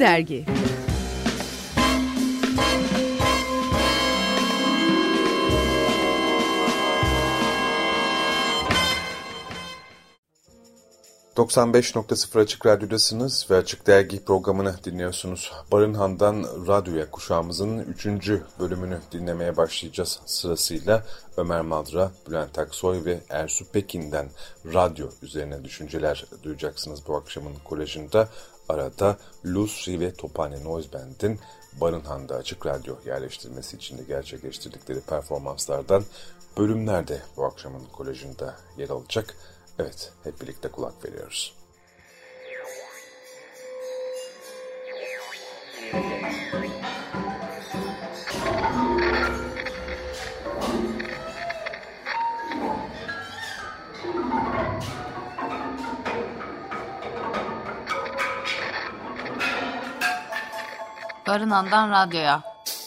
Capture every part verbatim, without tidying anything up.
Dergi. doksan beş nokta sıfır Açık Radyo'dasınız ve Açık Dergi programını dinliyorsunuz. Barınhan'dan Radyo'ya kuşağımızın üçüncü bölümünü dinlemeye başlayacağız. Sırasıyla Ömer Madra, Bülent Aksoy ve Ersu Pekin'den radyo üzerine düşünceler duyacaksınız bu akşamın kolajında. Arada Lucy ve Tophane Noise Band'in Barınhan'da Açık Radyo yerleştirmesi için de gerçekleştirdikleri performanslardan bölümler de bu akşamın kolajında yer alacak. Evet, hep birlikte kulak veriyoruz. Barınhan'dan radyoya.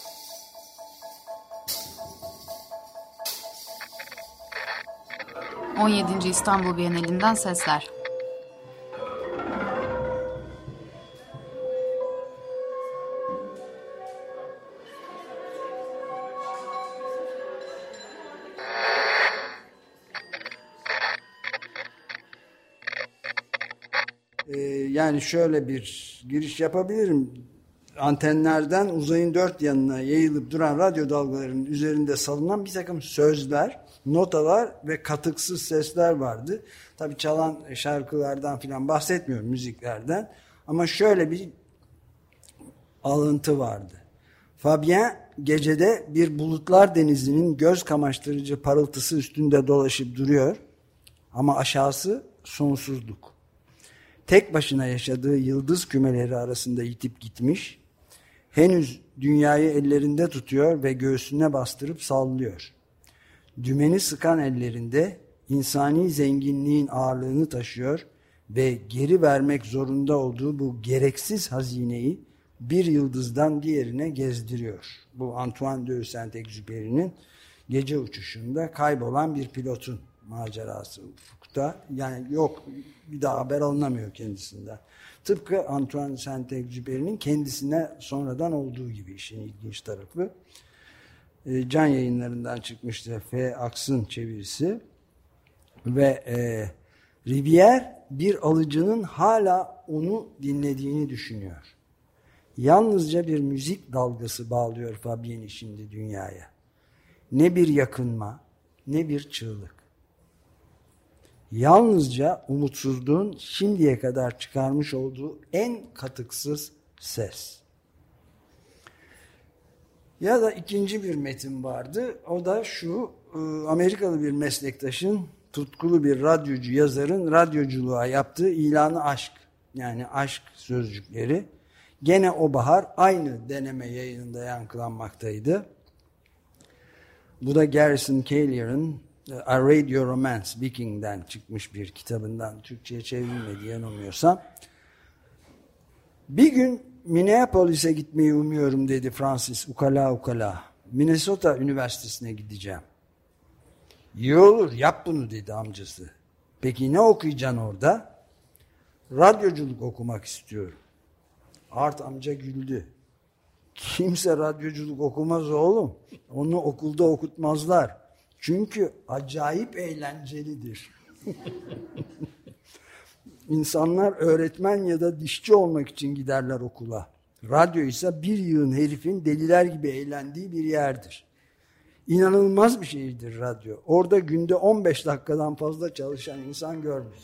on yedinci İstanbul Bienalinden sesler. Ee, yani şöyle bir giriş yapabilirim. Antenlerden uzayın dört yanına yayılıp duran radyo dalgalarının üzerinde salınan bir takım sözler, notalar ve katıksız sesler vardı. Tabii çalan şarkılardan filan bahsetmiyorum, müziklerden. Ama şöyle bir alıntı vardı. Fabien gecede bir bulutlar denizinin göz kamaştırıcı parıltısı üstünde dolaşıp duruyor. Ama aşağısı sonsuzluk. Tek başına yaşadığı yıldız kümeleri arasında yitip gitmiş, henüz dünyayı ellerinde tutuyor ve göğsüne bastırıp sallıyor. Dümeni sıkan ellerinde insani zenginliğin ağırlığını taşıyor ve geri vermek zorunda olduğu bu gereksiz hazineyi bir yıldızdan diğerine gezdiriyor. Bu Antoine de Saint-Exupéry'nin Gece Uçuşu'nda kaybolan bir pilotun macerası ufukta. Yani yok, bir daha haber alınamıyor kendisinden. Tıpkı Antoine Saint-Exupéry'nin kendisine sonradan olduğu gibi, işin ilginç tarafı. E, Can Yayınları'ndan çıkmıştı F. Aks'ın çevirisi. Ve e, Rivière bir alıcının hala onu dinlediğini düşünüyor. Yalnızca bir müzik dalgası bağlıyor Fabien'i şimdi dünyaya. Ne bir yakınma, ne bir çığlık. Yalnızca umutsuzluğun şimdiye kadar çıkarmış olduğu en katıksız ses. Ya da ikinci bir metin vardı. O da şu: Amerikalı bir meslektaşın, tutkulu bir radyocu yazarın radyoculuğa yaptığı ilanı aşk, yani aşk sözcükleri gene o bahar aynı deneme yayınında yankılanmaktaydı. Bu da Garrison Keillor'ın A Radio Romance Viking'den çıkmış bir kitabından, Türkçe'ye çevrilmedi yanılmıyorsam. Bir gün Minneapolis'e gitmeyi umuyorum dedi Francis ukala ukala. Minnesota Üniversitesi'ne gideceğim. İyi olur, yap bunu dedi amcası. Peki ne okuyacaksın orada? Radyoculuk okumak istiyorum. Art amca güldü. Kimse radyoculuk okumaz oğlum. Onu okulda okutmazlar. Çünkü acayip eğlencelidir. İnsanlar öğretmen ya da dişçi olmak için giderler okula. Radyo ise bir yığın herifin deliler gibi eğlendiği bir yerdir. İnanılmaz bir şeydir radyo. Orada günde on beş dakikadan fazla çalışan insan görmedim.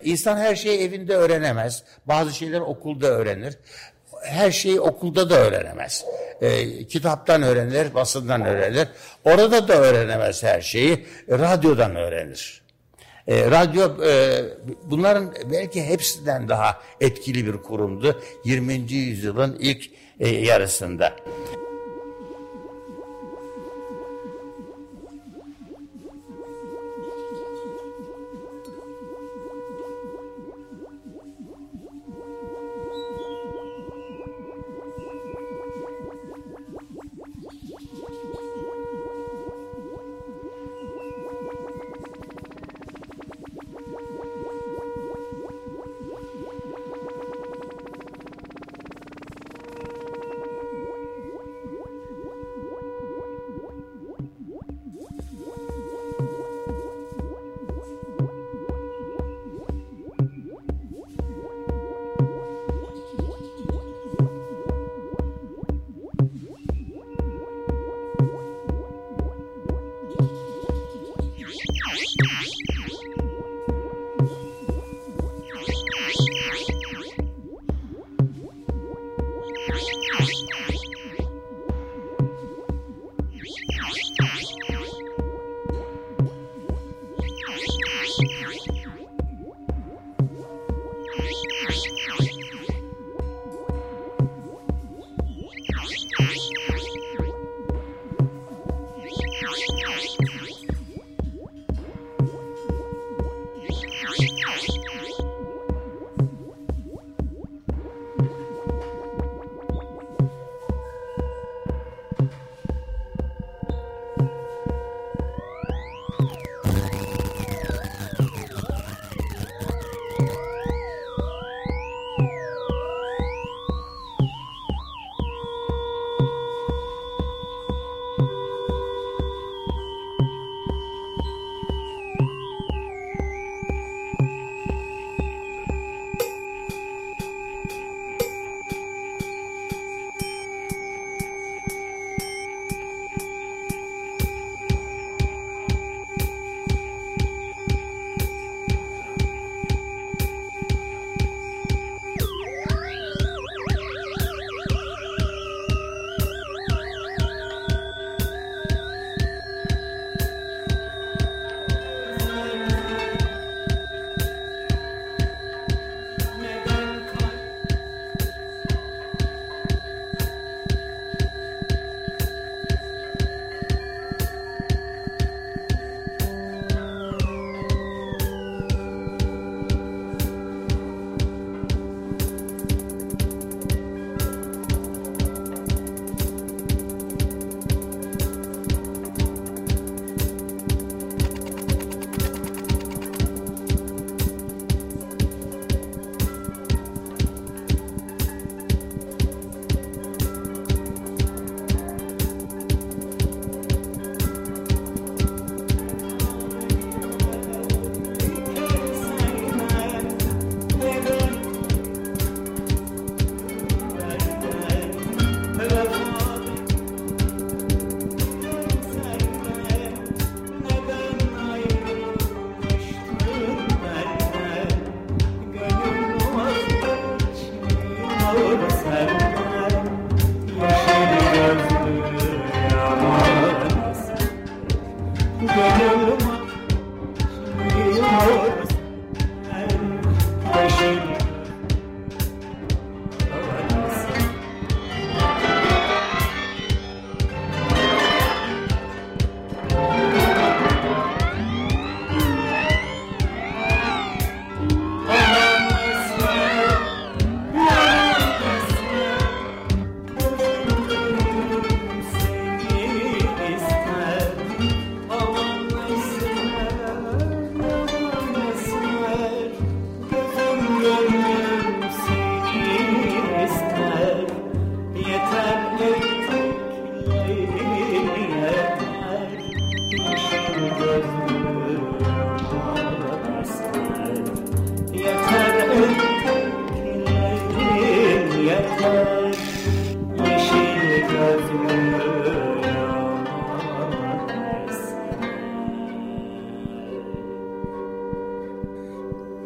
İnsan her şeyi evinde öğrenemez. Bazı şeyler okulda öğrenir. Her şeyi okulda da öğrenemez. E, kitaptan öğrenir, basından öğrenir. Orada da öğrenemez her şeyi. Radyodan öğrenir. E, radyo e, bunların belki hepsinden daha etkili bir kurumdu yirminci yüzyılın ilk e, yarısında.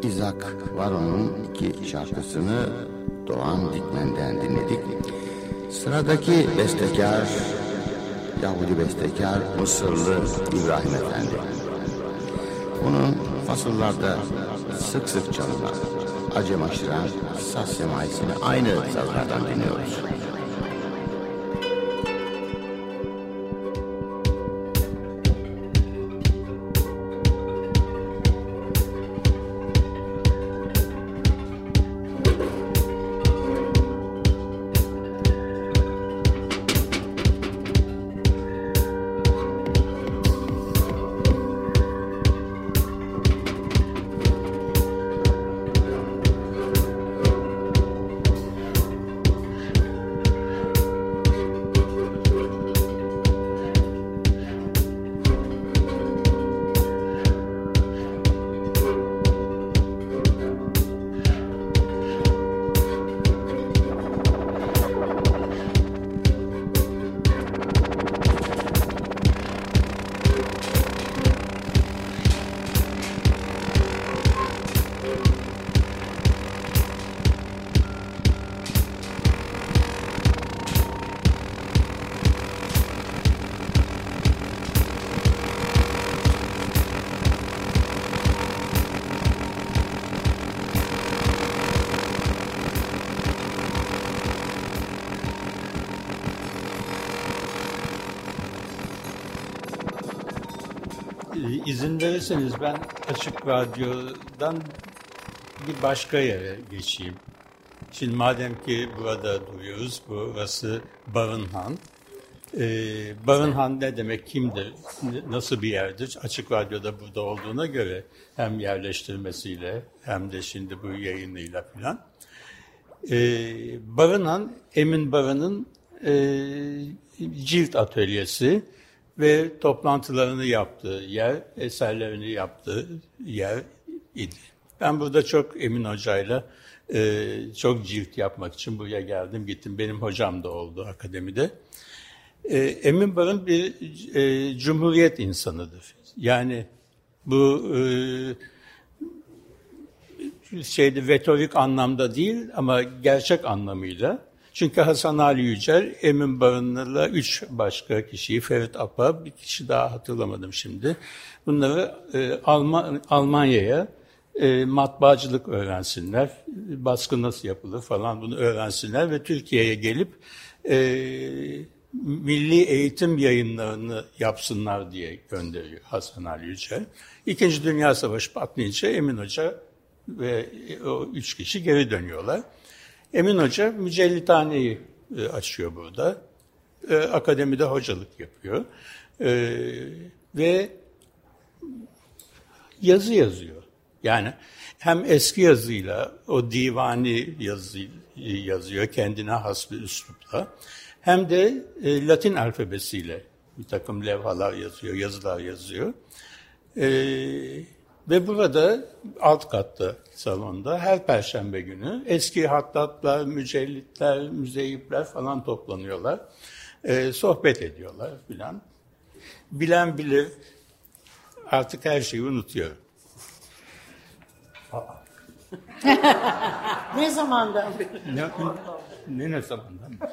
İzak Varon'un iki şarkısını Doğan Dikmen'den dinledik. Sıradaki bestekar, Yahudi bestekar Mısırlı İbrahim Efendi. Onun fasıllarda sık sık çalınan, acem aşıran saz semaisini aynı sazlardan dinliyoruz. İzin verirseniz ben Açık Radyo'dan bir başka yere geçeyim. Şimdi madem ki burada duruyoruz, burası Barınhan. Ee, Barınhan ne demek, kimdir, nasıl bir yerdir? Açık Radyo'da burada olduğuna göre hem yerleştirmesiyle hem de şimdi bu yayınıyla filan. Ee, Barınhan, Emin Barın'ın e, cilt atölyesi ve toplantılarını yaptığı yer, eserlerini yaptığı yer idi. Ben burada çok Emin Hoca'yla e, çok cilt yapmak için buraya geldim, gittim. Benim hocam da oldu akademide. E, Emin Barın bir e, cumhuriyet insanıdır. Yani bu e, şeyde retorik anlamda değil ama gerçek anlamıyla. Çünkü Hasan Ali Yücel, Emin Barın'la üç başka kişiyi, Ferit Apa, bir kişi daha hatırlamadım şimdi. Bunları e, Alman, Almanya'ya e, matbaacılık öğrensinler, baskı nasıl yapılır falan bunu öğrensinler ve Türkiye'ye gelip e, milli eğitim yayınlarını yapsınlar diye gönderiyor Hasan Ali Yücel. İkinci Dünya Savaşı patlayınca Emin Hoca ve o üç kişi geri dönüyorlar. Emin Hoca Mücellithane'yi e, açıyor burada. E, akademide hocalık yapıyor. E, ve yazı yazıyor. Yani hem eski yazıyla, o divani yazı yazıyor, kendine has bir üslupla. Hem de e, Latin alfabesiyle bir takım levhalar yazıyor, yazılar yazıyor. Eee Ve burada alt katta salonda her perşembe günü eski hattatlar, mücellitler, müzeyipler falan toplanıyorlar. Ee, sohbet ediyorlar filan. Bilen bilir, artık her şeyi unutuyorum. Ne zamandan beri? Ne, ne, ne zamandan beri?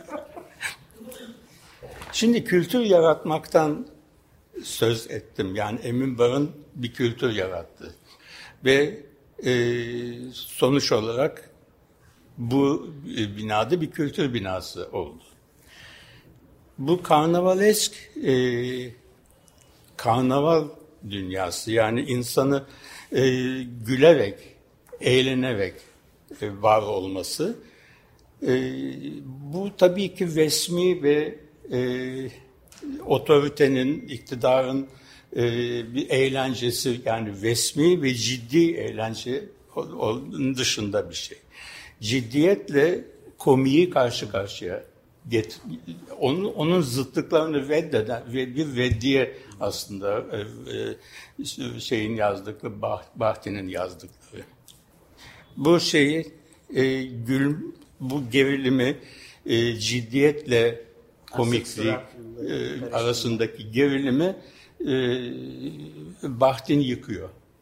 Şimdi kültür yaratmaktan söz ettim. Yani Emin Barın bir kültür yarattı. Ve e, sonuç olarak bu binada bir kültür binası oldu. Bu karnavalesk e, karnaval dünyası, yani insanı e, gülerek, eğlenerek e, var olması, e, bu tabii ki resmi ve e, otoritenin, iktidarın e, bir eğlencesi, yani resmi ve ciddi eğlence onun dışında bir şey. Ciddiyetle komiyi karşı karşıya get, onun, onun zıtlıklarını reddeden ve bir reddiye aslında e, e, şeyin yazdıkları, Bahti'nin yazdıkları. Bu şeyi e, gül, bu gerilimi e, ciddiyetle komiklik e, arasındaki gerilimi e, Bahtin yıkıyor.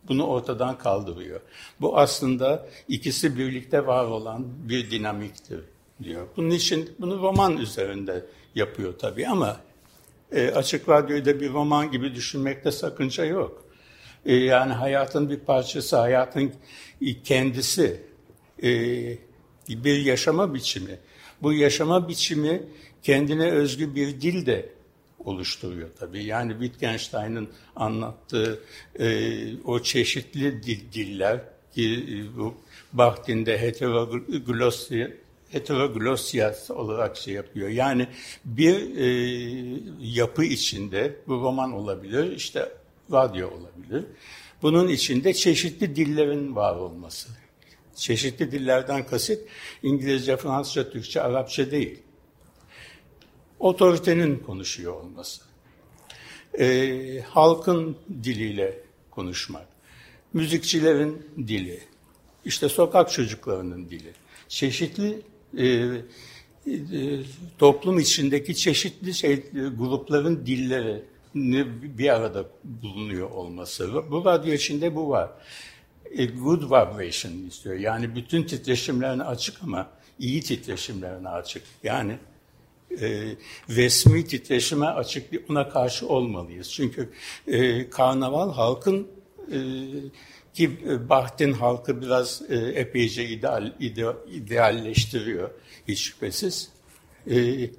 bunu ortadan kaldırıyor. Bu aslında ikisi birlikte var olan bir dinamiktir diyor. Bunun için bunu roman üzerinde yapıyor tabii ama e, Açık Radyo'yu da bir roman gibi düşünmekte sakınca yok. E, yani hayatın bir parçası, hayatın kendisi, e, bir yaşama biçimi. Bu yaşama biçimi kendine özgü bir dil de oluşturuyor tabii. Yani Wittgenstein'ın anlattığı e, o çeşitli dil, diller ki e, bu Bachtin'de heteroglossia, heteroglossia olarak şey yapıyor. Yani bir e, yapı içinde bu roman olabilir, işte radyo olabilir. Bunun içinde çeşitli dillerin var olması. Çeşitli dillerden kasıt İngilizce, Fransızca, Türkçe, Arapça değil. Otoritenin konuşuyor olması. E, halkın diliyle konuşmak. Müzikçilerin dili. İşte sokak çocuklarının dili. Çeşitli e, e, toplum içindeki çeşitli şey, grupların dilleri bir arada bulunuyor olması. Bu radyo içinde bu var. A good vibration istiyor. Yani bütün titreşimlerine açık ama iyi titreşimlerine açık. Yani e, resmi titreşime açık, ona karşı olmalıyız. Çünkü e, karnaval halkın e, ki Bachtin halkı biraz e, epeyce ideal, ide, idealleştiriyor hiç şüphesiz. E,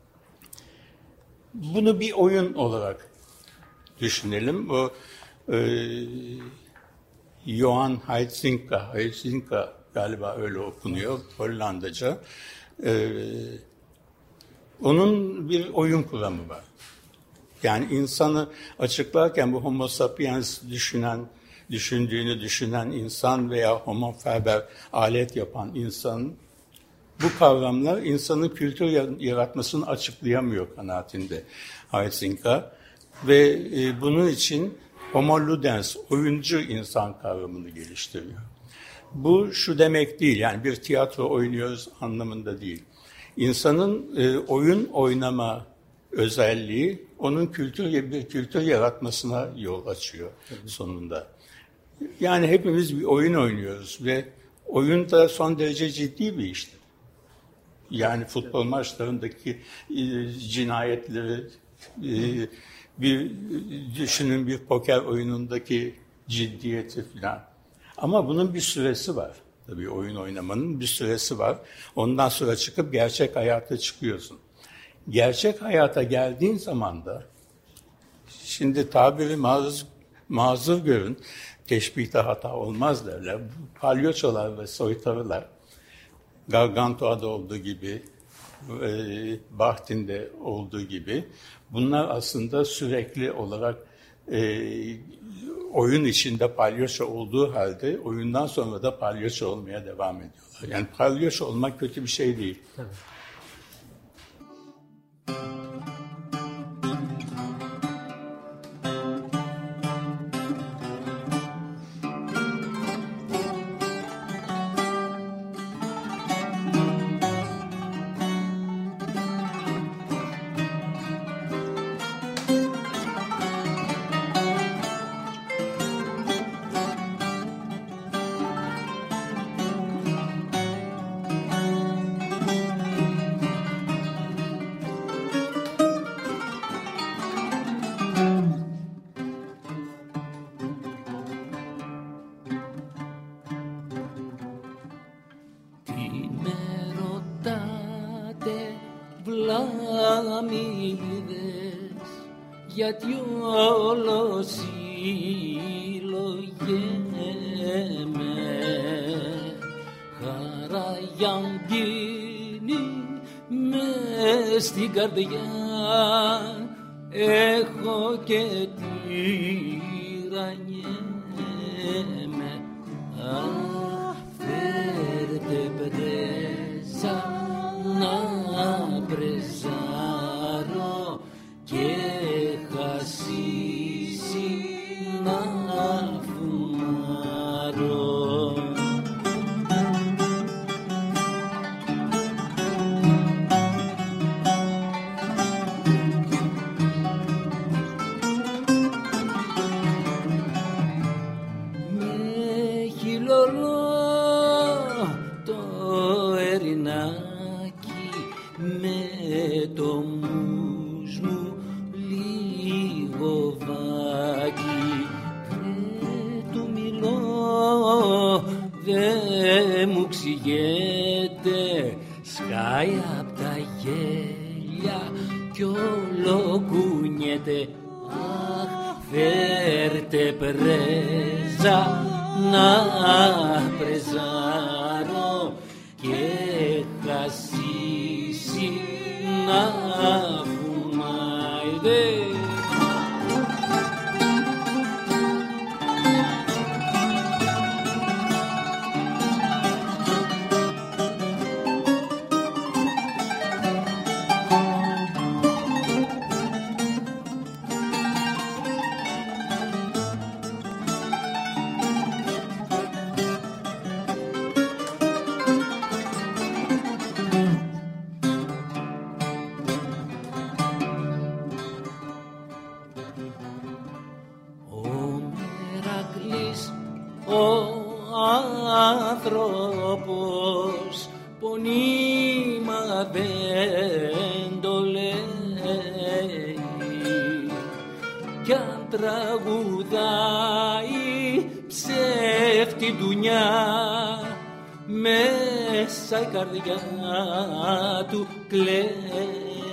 bunu bir oyun olarak düşünelim. Bu e, Johan Huizinga, Huizinga galiba öyle okunuyor, Hollandaca. Ee, onun bir oyun kuramı var. Yani insanı açıklarken bu Homo sapiens düşünen, düşündüğünü düşünen insan veya Homo faber alet yapan insan, bu kavramlar insanın kültür yaratmasını açıklayamıyor kanaatinde Huizinga. Ve e, bunun için Homo ludens, oyuncu insan kavramını geliştiriyor. Bu şu demek değil, yani bir tiyatro oynuyoruz anlamında değil. İnsanın e, oyun oynama özelliği onun kültür bir kültür yaratmasına yol açıyor sonunda. Yani hepimiz bir oyun oynuyoruz ve oyun da son derece ciddi bir iştir. Yani futbol maçlarındaki e, cinayetleri e, bir düşünün, bir poker oyunundaki ciddiyeti falan. Ama bunun bir süresi var. Tabii oyun oynamanın bir süresi var. Ondan sonra çıkıp gerçek hayata çıkıyorsun. Gerçek hayata geldiğin zaman da, şimdi tabiri mazur, mazur görün, teşbihte hata olmaz derler. Palyaçolar ve soytarılar, Gargantua'da olduğu gibi, e, Bachtin'de olduğu gibi, bunlar aslında sürekli olarak e, oyun içinde palyaço olduğu halde oyundan sonra da palyaço olmaya devam ediyorlar. Yani palyaço olmak kötü bir şey değil. Tabii. Γιατί όλο συλλογέμαι χαραγιαντίνη μες στην καρδιά έχω και τυραννιέμαι αχ φέρτε πρέζα να πρεζάρω και χασίσει να φουμάρω. Λιχοβάκι, δεν του μιλώ, δε μου ξηγέται, σκάει απ' τα γέλια κι όλο κουνιέται. Αχ, φέρτε πρέζα να πρεζάρω και χασίσει να φουμάει δε. Άνθρωπος πονήμα δεν το λέει κι αν τραγουδάει ψεύτη ντουνιά μέσα η καρδιά του κλαίει.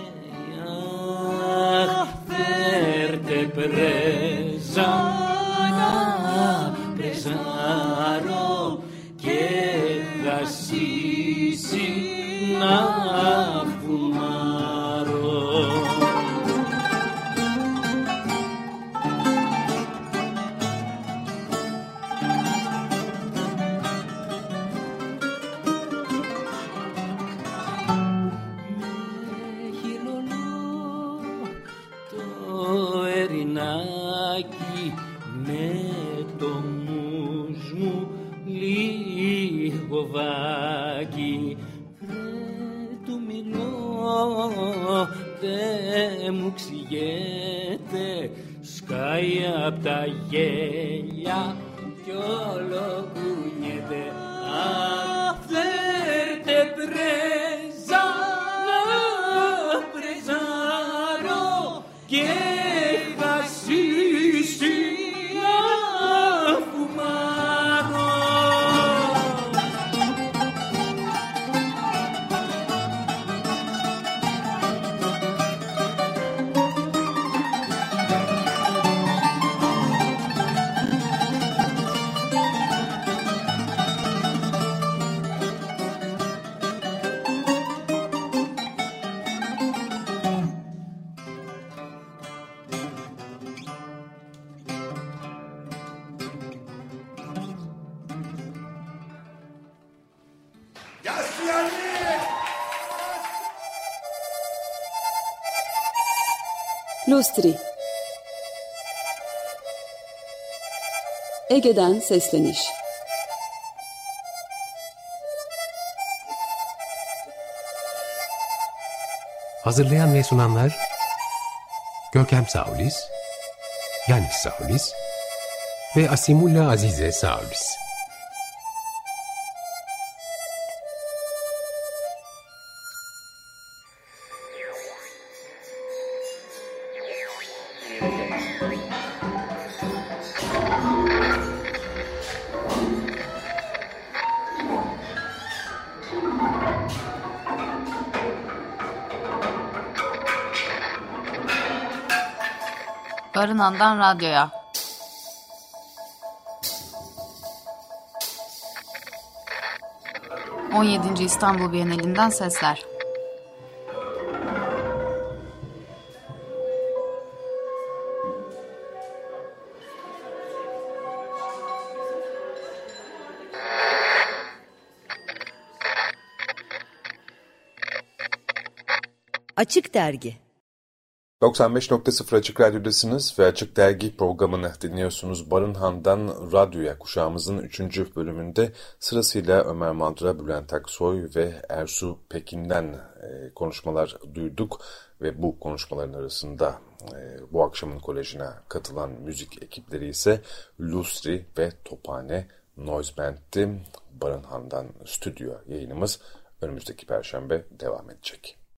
Αχ, φέρτε πρέζα να πρεζάρω και γασίσει να φουμάρω. Με χειλωνώ το ερινάκι με το μους μου Λιχοβάκι, δεν του μιλώ, δε μου ξηγέται, σκάει απ' τα γέλια κι όλο κουνιέται. Αχ, φέρτε πρέζα να πρεζάρω και γασίσει να φουμάρω. Lustri. Ege'den sesleniş. Hazırlayan ve sunanlar Görkem Sağulis, Yanis Sağulis ve Asimulla Azize Sağulis. Barınan'dan radyoya. on yedinci İstanbul Bienalinden sesler. Açık Dergi. doksan beş nokta sıfır Açık Radyo'dasınız ve Açık Dergi programını dinliyorsunuz. Barınhan'dan Radyo'ya kuşağımızın üçüncü bölümünde sırasıyla Ömer Madra, Bülent Aksoy ve Ersu Pekin'den e, konuşmalar duyduk. Ve bu konuşmaların arasında e, bu akşamın kolejine katılan müzik ekipleri ise Lustri ve Tophane Noise Band'ti. Barınhan'dan stüdyo yayınımız önümüzdeki Perşembe devam edecek.